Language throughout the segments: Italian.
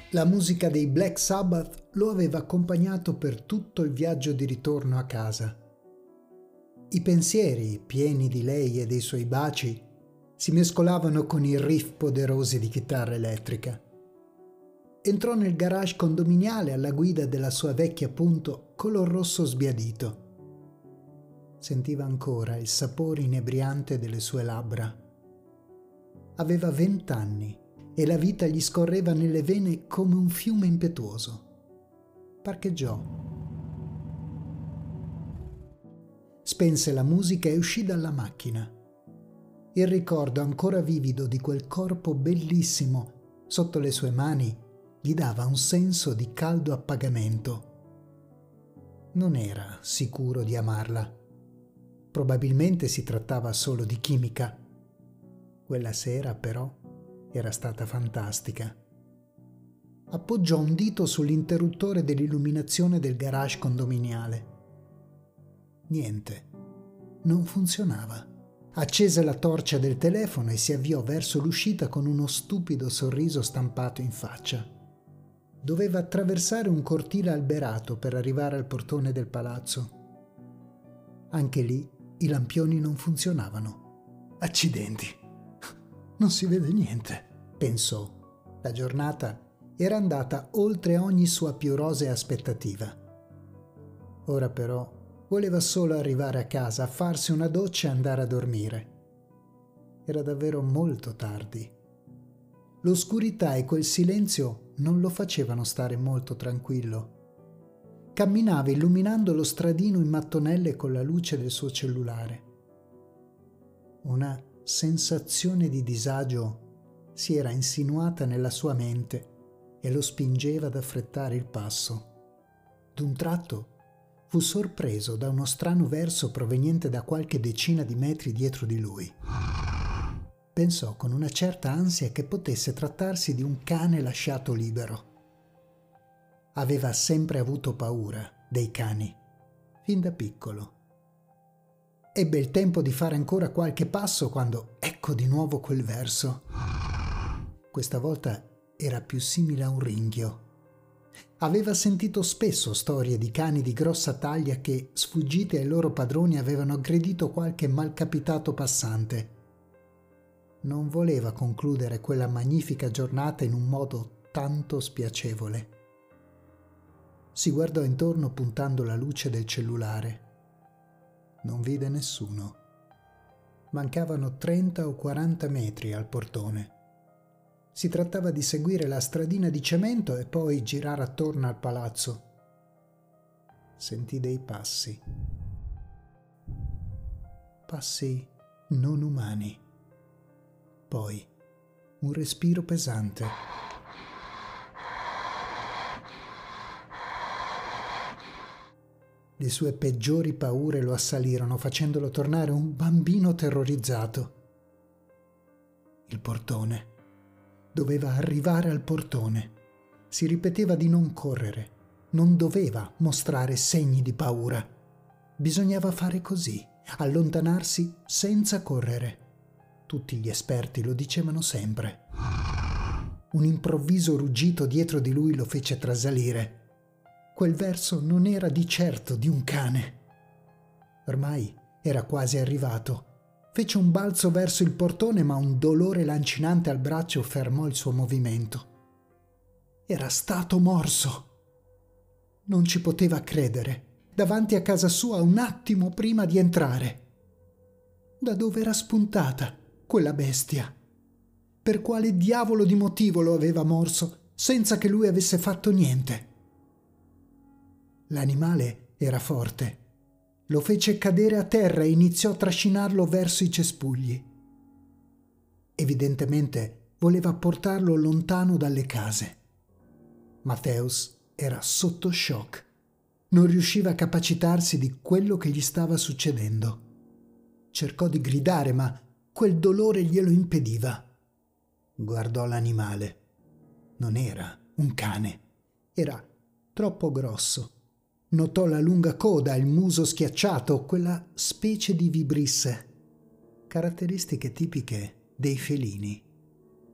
La musica dei Black Sabbath lo aveva accompagnato per tutto il viaggio di ritorno a casa. I pensieri, pieni di lei e dei suoi baci, si mescolavano con i riff poderosi di chitarra elettrica. Entrò nel garage condominiale alla guida della sua vecchia Punto color rosso sbiadito. Sentiva ancora il sapore inebriante delle sue labbra. Aveva 20 anni e la vita gli scorreva nelle vene come un fiume impetuoso. Parcheggiò. Spense la musica e uscì dalla macchina. Il ricordo ancora vivido di quel corpo bellissimo sotto le sue mani gli dava un senso di caldo appagamento. Non era sicuro di amarla. Probabilmente si trattava solo di chimica. Quella sera, però, era stata fantastica. Appoggiò un dito sull'interruttore dell'illuminazione del garage condominiale. Niente. Non funzionava. Accese la torcia del telefono e si avviò verso l'uscita con uno stupido sorriso stampato in faccia. Doveva attraversare un cortile alberato per arrivare al portone del palazzo. Anche lì i lampioni non funzionavano. Accidenti! Non si vede niente, pensò. La giornata era andata oltre ogni sua più rosea aspettativa. Ora però voleva solo arrivare a casa, farsi una doccia e andare a dormire. Era davvero molto tardi. L'oscurità e quel silenzio non lo facevano stare molto tranquillo. Camminava illuminando lo stradino in mattonelle con la luce del suo cellulare. Una sensazione di disagio si era insinuata nella sua mente e lo spingeva ad affrettare il passo. D'un tratto fu sorpreso da uno strano verso proveniente da qualche decina di metri dietro di lui. Pensò con una certa ansia che potesse trattarsi di un cane lasciato libero. Aveva sempre avuto paura dei cani, fin da piccolo. Ebbe il tempo di fare ancora qualche passo quando ecco di nuovo quel verso. Questa volta era più simile a un ringhio. Aveva sentito spesso storie di cani di grossa taglia che, sfuggiti ai loro padroni, avevano aggredito qualche malcapitato passante. Non voleva concludere quella magnifica giornata in un modo tanto spiacevole. Si guardò intorno puntando la luce del cellulare. Non vide nessuno. Mancavano 30 o 40 metri al portone. Si trattava di seguire la stradina di cemento e poi girare attorno al palazzo. Sentì dei passi. Passi non umani. Poi un respiro pesante. Le sue peggiori paure lo assalirono, facendolo tornare un bambino terrorizzato. Il portone. Doveva arrivare al portone. Si ripeteva di non correre. Non doveva mostrare segni di paura. Bisognava fare così, allontanarsi senza correre. Tutti gli esperti lo dicevano sempre. Un improvviso ruggito dietro di lui lo fece trasalire. Quel verso non era di certo di un cane. Ormai era quasi arrivato. Fece un balzo verso il portone, ma un dolore lancinante al braccio fermò il suo movimento. Era stato morso. Non ci poteva credere. Davanti a casa sua un attimo prima di entrare. Da dove era spuntata quella bestia? Per quale diavolo di motivo lo aveva morso senza che lui avesse fatto niente? L'animale era forte. Lo fece cadere a terra e iniziò a trascinarlo verso i cespugli. Evidentemente voleva portarlo lontano dalle case. Matthäus era sotto shock. Non riusciva a capacitarsi di quello che gli stava succedendo. Cercò di gridare, ma quel dolore glielo impediva. Guardò l'animale. Non era un cane. Era troppo grosso. Notò la lunga coda, il muso schiacciato, quella specie di vibrisse, caratteristiche tipiche dei felini.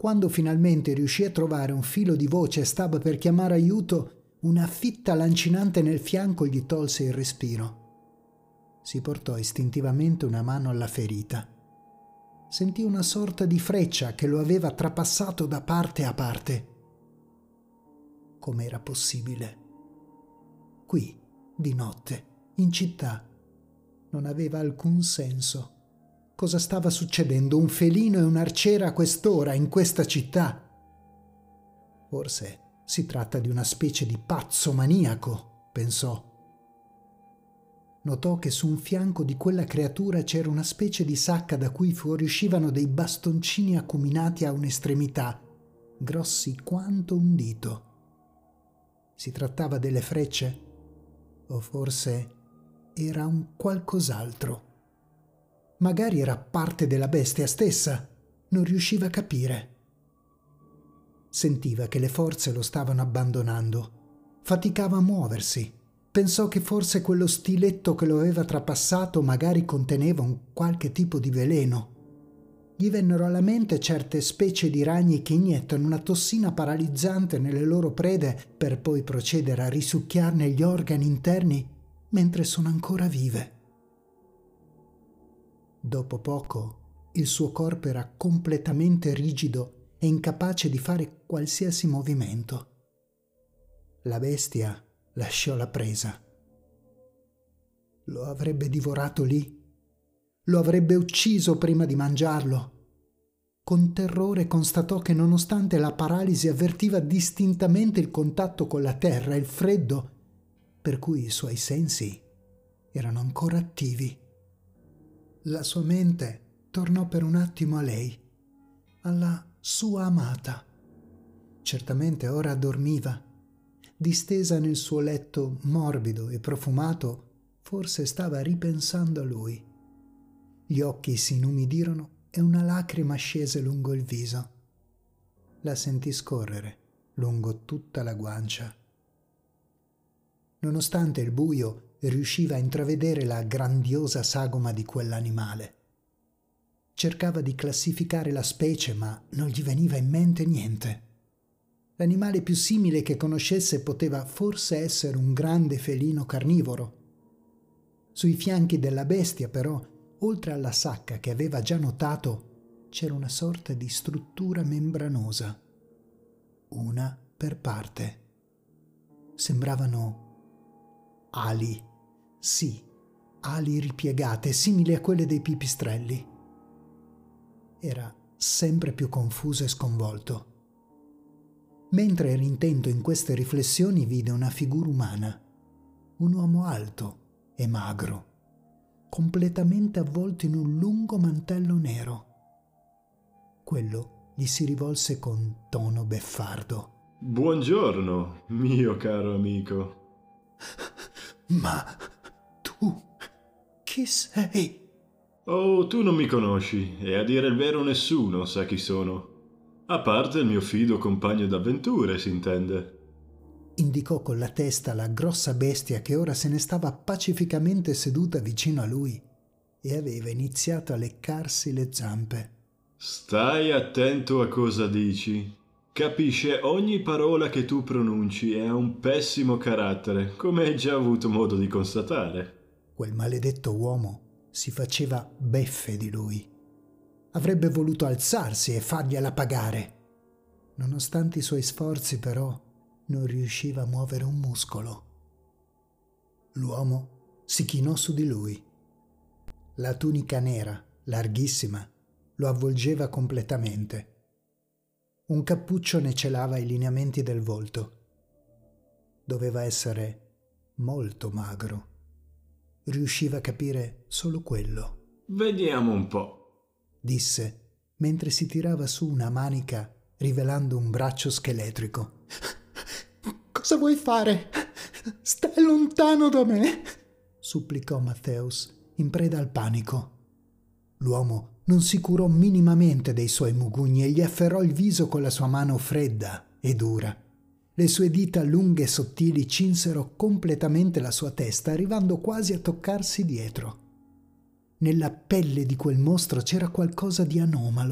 Quando finalmente riuscì a trovare un filo di voce e stava per chiamare aiuto, una fitta lancinante nel fianco gli tolse il respiro. Si portò istintivamente una mano alla ferita. Sentì una sorta di freccia che lo aveva trapassato da parte a parte. Com'era possibile? Qui, di notte, in città, non aveva alcun senso. Cosa stava succedendo? Un felino e un'arciera a quest'ora, in questa città? Forse si tratta di una specie di pazzo maniaco, pensò. Notò che su un fianco di quella creatura c'era una specie di sacca da cui fuoriuscivano dei bastoncini acuminati a un'estremità, grossi quanto un dito. Si trattava delle frecce? O forse era un qualcos'altro? Magari era parte della bestia stessa, non riusciva a capire. Sentiva che le forze lo stavano abbandonando. Faticava a muoversi. Pensò che forse quello stiletto che lo aveva trapassato magari conteneva un qualche tipo di veleno. Gli vennero alla mente certe specie di ragni che iniettano una tossina paralizzante nelle loro prede per poi procedere a risucchiarne gli organi interni mentre sono ancora vive. Dopo poco il suo corpo era completamente rigido e incapace di fare qualsiasi movimento. La bestia lasciò la presa. Lo avrebbe divorato lì? Lo avrebbe ucciso prima di mangiarlo? Con terrore constatò che nonostante la paralisi avvertiva distintamente il contatto con la terra e il freddo, per cui i suoi sensi erano ancora attivi. La sua mente tornò per un attimo a lei, alla sua amata. Certamente ora dormiva. Distesa nel suo letto morbido e profumato, forse stava ripensando a lui. Gli occhi si inumidirono e una lacrima scese lungo il viso. La sentì scorrere lungo tutta la guancia. Nonostante il buio, riusciva a intravedere la grandiosa sagoma di quell'animale. Cercava di classificare la specie, ma non gli veniva in mente niente. L'animale più simile che conoscesse poteva forse essere un grande felino carnivoro. Sui fianchi della bestia, però, oltre alla sacca che aveva già notato, c'era una sorta di struttura membranosa. Una per parte. Sembravano ali. Sì, ali ripiegate, simili a quelle dei pipistrelli. Era sempre più confuso e sconvolto. Mentre era intento in queste riflessioni, vide una figura umana, un uomo alto e magro, completamente avvolto in un lungo mantello nero. Quello gli si rivolse con tono beffardo. Buongiorno, mio caro amico. Ma tu chi sei? Oh, tu non mi conosci, e a dire il vero nessuno sa chi sono. A parte il mio fido compagno d'avventure, si intende. Indicò con la testa la grossa bestia che ora se ne stava pacificamente seduta vicino a lui e aveva iniziato a leccarsi le zampe. Stai attento a cosa dici. Capisce ogni parola che tu pronunci e ha un pessimo carattere, come hai già avuto modo di constatare. Quel maledetto uomo si faceva beffe di lui. Avrebbe voluto alzarsi e fargliela pagare. Nonostante i suoi sforzi, però, non riusciva a muovere un muscolo. L'uomo si chinò su di lui. La tunica nera, larghissima, lo avvolgeva completamente. Un cappuccio ne celava i lineamenti del volto. Doveva essere molto magro. Riusciva a capire solo quello. Vediamo un po', disse, mentre si tirava su una manica rivelando un braccio scheletrico. Cosa vuoi fare? Stai lontano da me, supplicò Mattheus, in preda al panico. L'uomo non si curò minimamente dei suoi mugugni e gli afferrò il viso con la sua mano fredda e dura. Le sue dita lunghe e sottili cinsero completamente la sua testa, arrivando quasi a toccarsi dietro. Nella pelle di quel mostro c'era qualcosa di anomalo.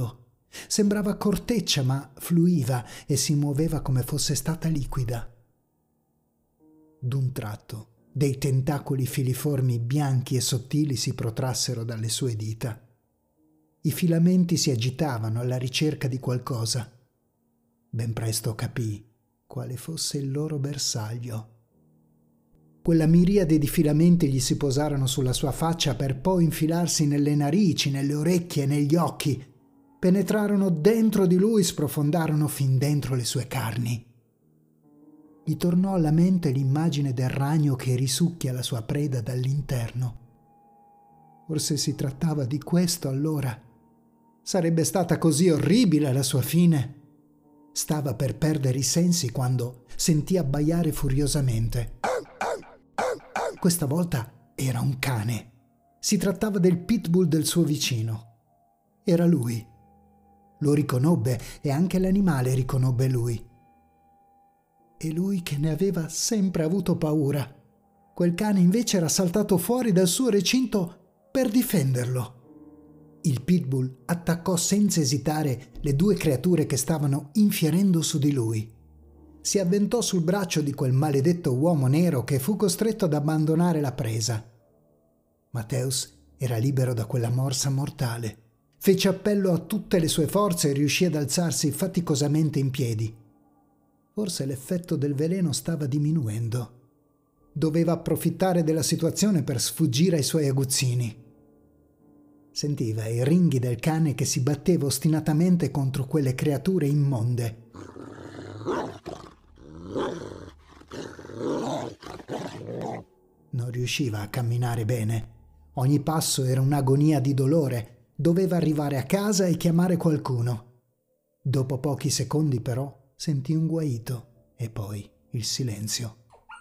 Sembrava corteccia, ma fluiva e si muoveva come fosse stata liquida. D'un tratto, dei tentacoli filiformi bianchi e sottili si protrassero dalle sue dita. I filamenti si agitavano alla ricerca di qualcosa. Ben presto capì quale fosse il loro bersaglio. Quella miriade di filamenti gli si posarono sulla sua faccia per poi infilarsi nelle narici, nelle orecchie e negli occhi. Penetrarono dentro di lui, sprofondarono fin dentro le sue carni. Gli tornò alla mente l'immagine del ragno che risucchia la sua preda dall'interno. Forse si trattava di questo allora. Sarebbe stata così orribile la sua fine. Stava per perdere i sensi quando sentì abbaiare furiosamente. Questa volta era un cane. Si trattava del pitbull del suo vicino. Era lui. Lo riconobbe e anche l'animale riconobbe lui. E lui che ne aveva sempre avuto paura. Quel cane invece era saltato fuori dal suo recinto per difenderlo. Il pitbull attaccò senza esitare le due creature che stavano infierendo su di lui. Si avventò sul braccio di quel maledetto uomo nero che fu costretto ad abbandonare la presa. Matthäus era libero da quella morsa mortale. Fece appello a tutte le sue forze e riuscì ad alzarsi faticosamente in piedi. Forse l'effetto del veleno stava diminuendo. Doveva approfittare della situazione per sfuggire ai suoi aguzzini. Sentiva i ringhi del cane che si batteva ostinatamente contro quelle creature immonde. Non riusciva a camminare bene. Ogni passo era un'agonia di dolore. Doveva arrivare a casa e chiamare qualcuno. Dopo pochi secondi, però, sentì un guaito e poi il silenzio.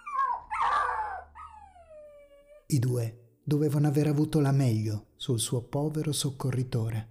I due dovevano aver avuto la meglio sul suo povero soccorritore.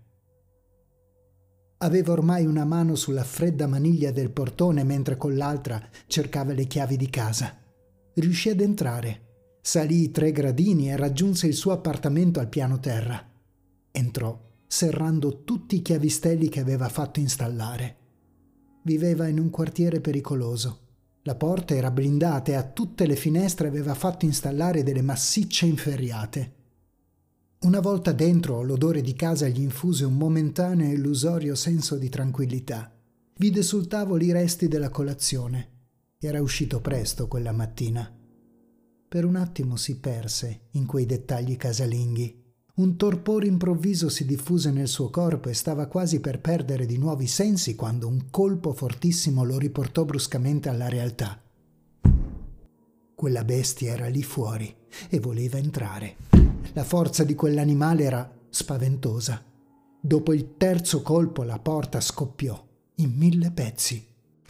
Aveva ormai una mano sulla fredda maniglia del portone mentre con l'altra cercava le chiavi di casa. Riuscì ad entrare, salì i 3 gradini e raggiunse il suo appartamento al piano terra. Entrò, serrando tutti i chiavistelli che aveva fatto installare. Viveva in un quartiere pericoloso. La porta era blindata e a tutte le finestre aveva fatto installare delle massicce inferriate. Una volta dentro, l'odore di casa gli infuse un momentaneo e illusorio senso di tranquillità. Vide sul tavolo i resti della colazione. Era uscito presto quella mattina. Per un attimo si perse in quei dettagli casalinghi. Un torpore improvviso si diffuse nel suo corpo e stava quasi per perdere di nuovo i sensi quando un colpo fortissimo lo riportò bruscamente alla realtà. Quella bestia era lì fuori e voleva entrare. La forza di quell'animale era spaventosa. Dopo il terzo colpo la porta scoppiò in 1000 pezzi.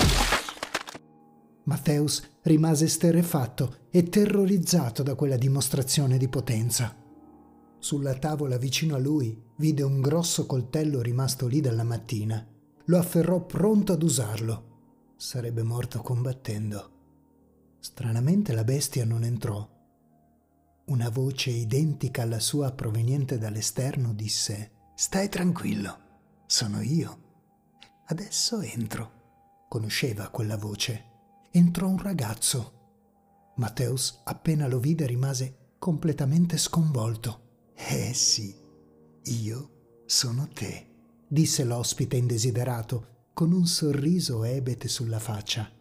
Matthäus rimase esterrefatto e terrorizzato da quella dimostrazione di potenza. Sulla tavola vicino a lui vide un grosso coltello rimasto lì dalla mattina. Lo afferrò pronto ad usarlo. Sarebbe morto combattendo. Stranamente la bestia non entrò. Una voce identica alla sua proveniente dall'esterno disse: «Stai tranquillo, sono io. Adesso entro». Conosceva quella voce. Entrò un ragazzo. Matthäus, appena lo vide, rimase completamente sconvolto. Sì, io sono te», disse l'ospite indesiderato, con un sorriso ebete sulla faccia.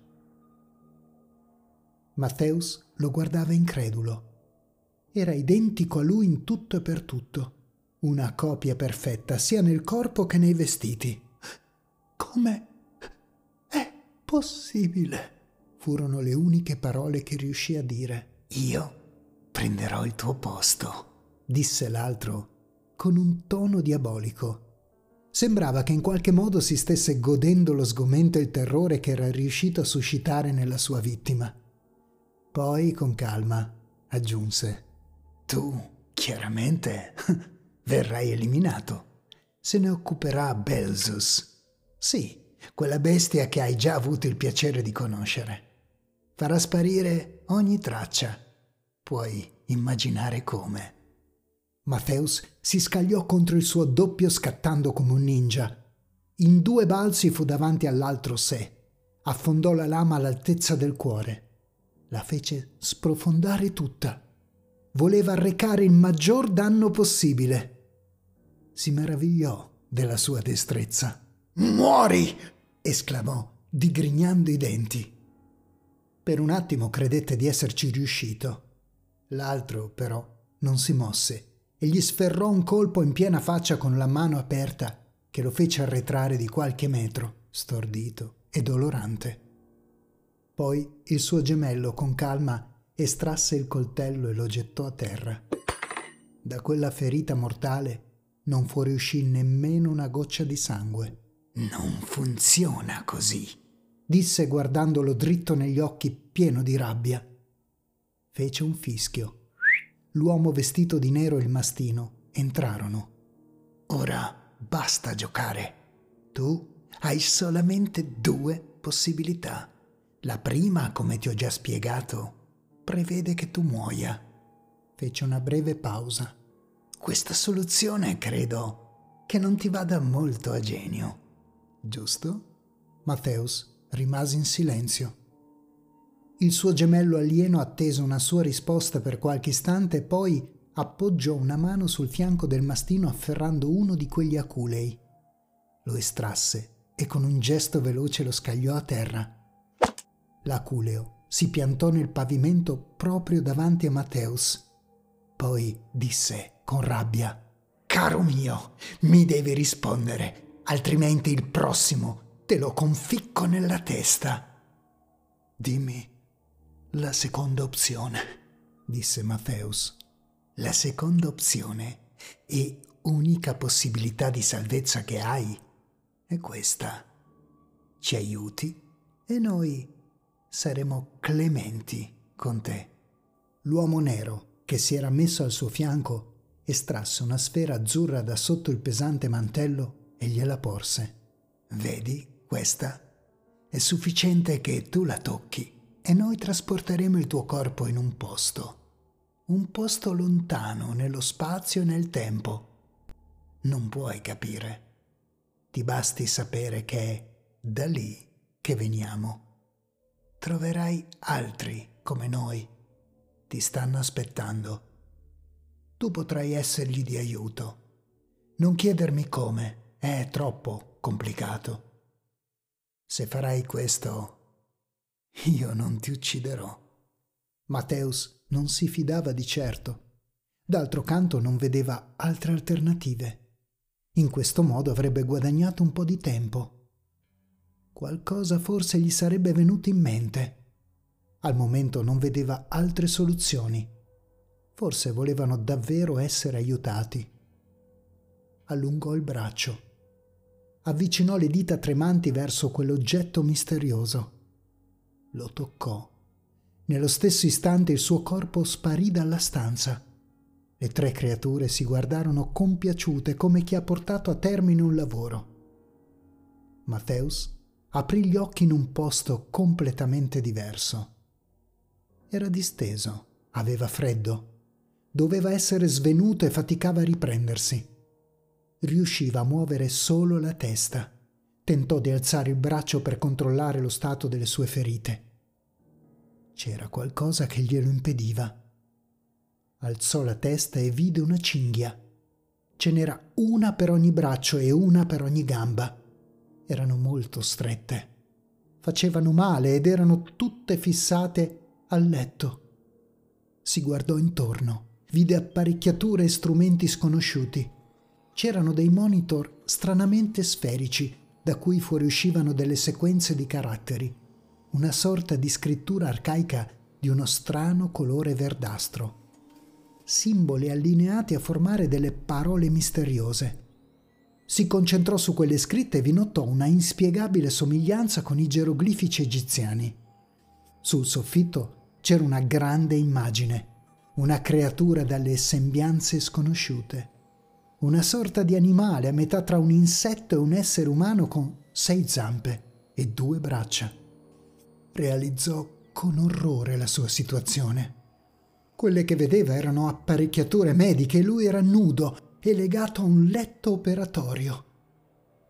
Matthäus lo guardava incredulo. Era identico a lui in tutto e per tutto. Una copia perfetta, sia nel corpo che nei vestiti. «Come è possibile?» furono le uniche parole che riuscì a dire. «Io prenderò il tuo posto», disse l'altro con un tono diabolico. Sembrava che in qualche modo si stesse godendo lo sgomento e il terrore che era riuscito a suscitare nella sua vittima. Poi, con calma, aggiunse: «Tu, chiaramente, verrai eliminato. Se ne occuperà Belzus. Sì, quella bestia che hai già avuto il piacere di conoscere. Farà sparire ogni traccia. Puoi immaginare come». Matthäus si scagliò contro il suo doppio scattando come un ninja. In 2 balzi fu davanti all'altro sé. Affondò la lama all'altezza del cuore. La fece sprofondare tutta. Voleva arrecare il maggior danno possibile. Si meravigliò della sua destrezza. «Muori!» esclamò, digrignando i denti. Per un attimo credette di esserci riuscito. L'altro, però, non si mosse e gli sferrò un colpo in piena faccia con la mano aperta che lo fece arretrare di qualche metro, stordito e dolorante. Poi il suo gemello, con calma, estrasse il coltello e lo gettò a terra. Da quella ferita mortale non fuoriuscì nemmeno una goccia di sangue. «Non funziona così», disse guardandolo dritto negli occhi, pieno di rabbia. Fece un fischio. L'uomo vestito di nero e il mastino entrarono. «Ora basta giocare. Tu hai solamente 2 possibilità. La prima, come ti ho già spiegato, prevede che tu muoia». Fece una breve pausa. «Questa soluzione credo che non ti vada molto a genio, giusto?» Matthäus rimase in silenzio. Il suo gemello alieno attese una sua risposta per qualche istante e poi appoggiò una mano sul fianco del mastino afferrando uno di quegli aculei. Lo estrasse e con un gesto veloce lo scagliò a terra. L'aculeo si piantò nel pavimento proprio davanti a Matthäus. Poi disse con rabbia: «Caro mio, mi devi rispondere, altrimenti il prossimo te lo conficco nella testa». «Dimmi la seconda opzione», disse Matthäus. «La seconda opzione e unica possibilità di salvezza che hai è questa. Ci aiuti e noi saremo clementi con te». L'uomo nero, che si era messo al suo fianco, estrasse una sfera azzurra da sotto il pesante mantello e gliela porse. «Vedi questa? È sufficiente che tu la tocchi e noi trasporteremo il tuo corpo in un posto lontano nello spazio e nel tempo. Non puoi capire. Ti basti sapere che è da lì che veniamo. Troverai altri come noi. Ti stanno aspettando. Tu potrai essergli di aiuto. Non chiedermi come, è troppo complicato. Se farai questo, io non ti ucciderò». Matthäus non si fidava di certo. D'altro canto non vedeva altre alternative. In questo modo avrebbe guadagnato un po' di tempo. Qualcosa forse gli sarebbe venuto in mente. Al momento non vedeva altre soluzioni. Forse volevano davvero essere aiutati. Allungò il braccio. Avvicinò le dita tremanti verso quell'oggetto misterioso. Lo toccò. Nello stesso istante il suo corpo sparì dalla stanza. Le 3 creature si guardarono compiaciute come chi ha portato a termine un lavoro. Matthäus aprì gli occhi in un posto completamente diverso. Era disteso, aveva freddo, doveva essere svenuto e faticava a riprendersi. Riusciva a muovere solo la testa. Tentò di alzare il braccio per controllare lo stato delle sue ferite. C'era qualcosa che glielo impediva. Alzò la testa e vide una cinghia. Ce n'era una per ogni braccio e una per ogni gamba. Erano molto strette. Facevano male ed erano tutte fissate al letto. Si guardò intorno, vide apparecchiature e strumenti sconosciuti. C'erano dei monitor stranamente sferici, da cui fuoriuscivano delle sequenze di caratteri, una sorta di scrittura arcaica di uno strano colore verdastro. Simboli allineati a formare delle parole misteriose. Si concentrò su quelle scritte e vi notò una inspiegabile somiglianza con i geroglifici egiziani. Sul soffitto c'era una grande immagine, una creatura dalle sembianze sconosciute. Una sorta di animale a metà tra un insetto e un essere umano con 6 zampe e 2 braccia. Realizzò con orrore la sua situazione. Quelle che vedeva erano apparecchiature mediche e lui era nudo e legato a un letto operatorio.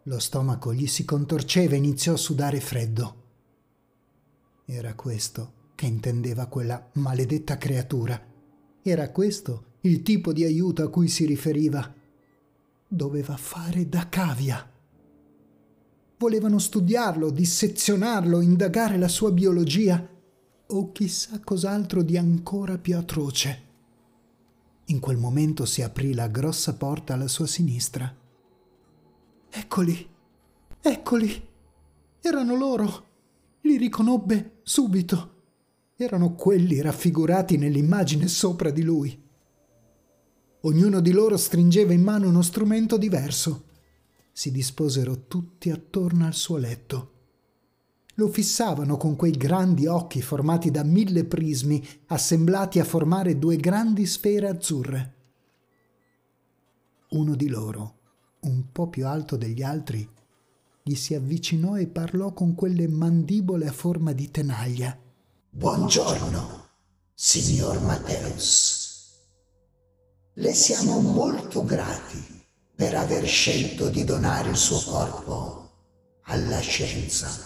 Lo stomaco gli si contorceva e iniziò a sudare freddo. Era questo che intendeva quella maledetta creatura. Era questo il tipo di aiuto a cui si riferiva. Doveva fare da cavia. Volevano studiarlo, dissezionarlo, indagare la sua biologia o chissà cos'altro di ancora più atroce. In quel momento si aprì la grossa porta alla sua sinistra. Eccoli, eccoli, erano loro. Li riconobbe subito. Erano quelli raffigurati nell'immagine sopra di lui. Ognuno di loro stringeva in mano uno strumento diverso. Si disposero tutti attorno al suo letto. Lo fissavano con quei grandi occhi formati da 1000 prismi assemblati a formare 2 grandi sfere azzurre. Uno di loro, un po' più alto degli altri, gli si avvicinò e parlò con quelle mandibole a forma di tenaglia. Buongiorno, signor Matteus. Le siamo molto grati per aver scelto di donare il suo corpo alla scienza.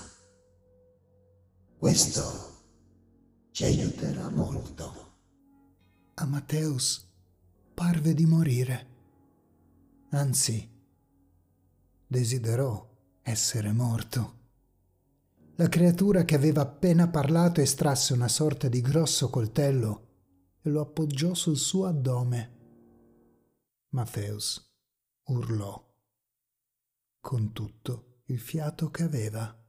Questo ci aiuterà molto. A Matteus parve di morire. Anzi, desiderò essere morto. La creatura che aveva appena parlato estrasse una sorta di grosso coltello e lo appoggiò sul suo addome. Matteus urlò con tutto il fiato che aveva.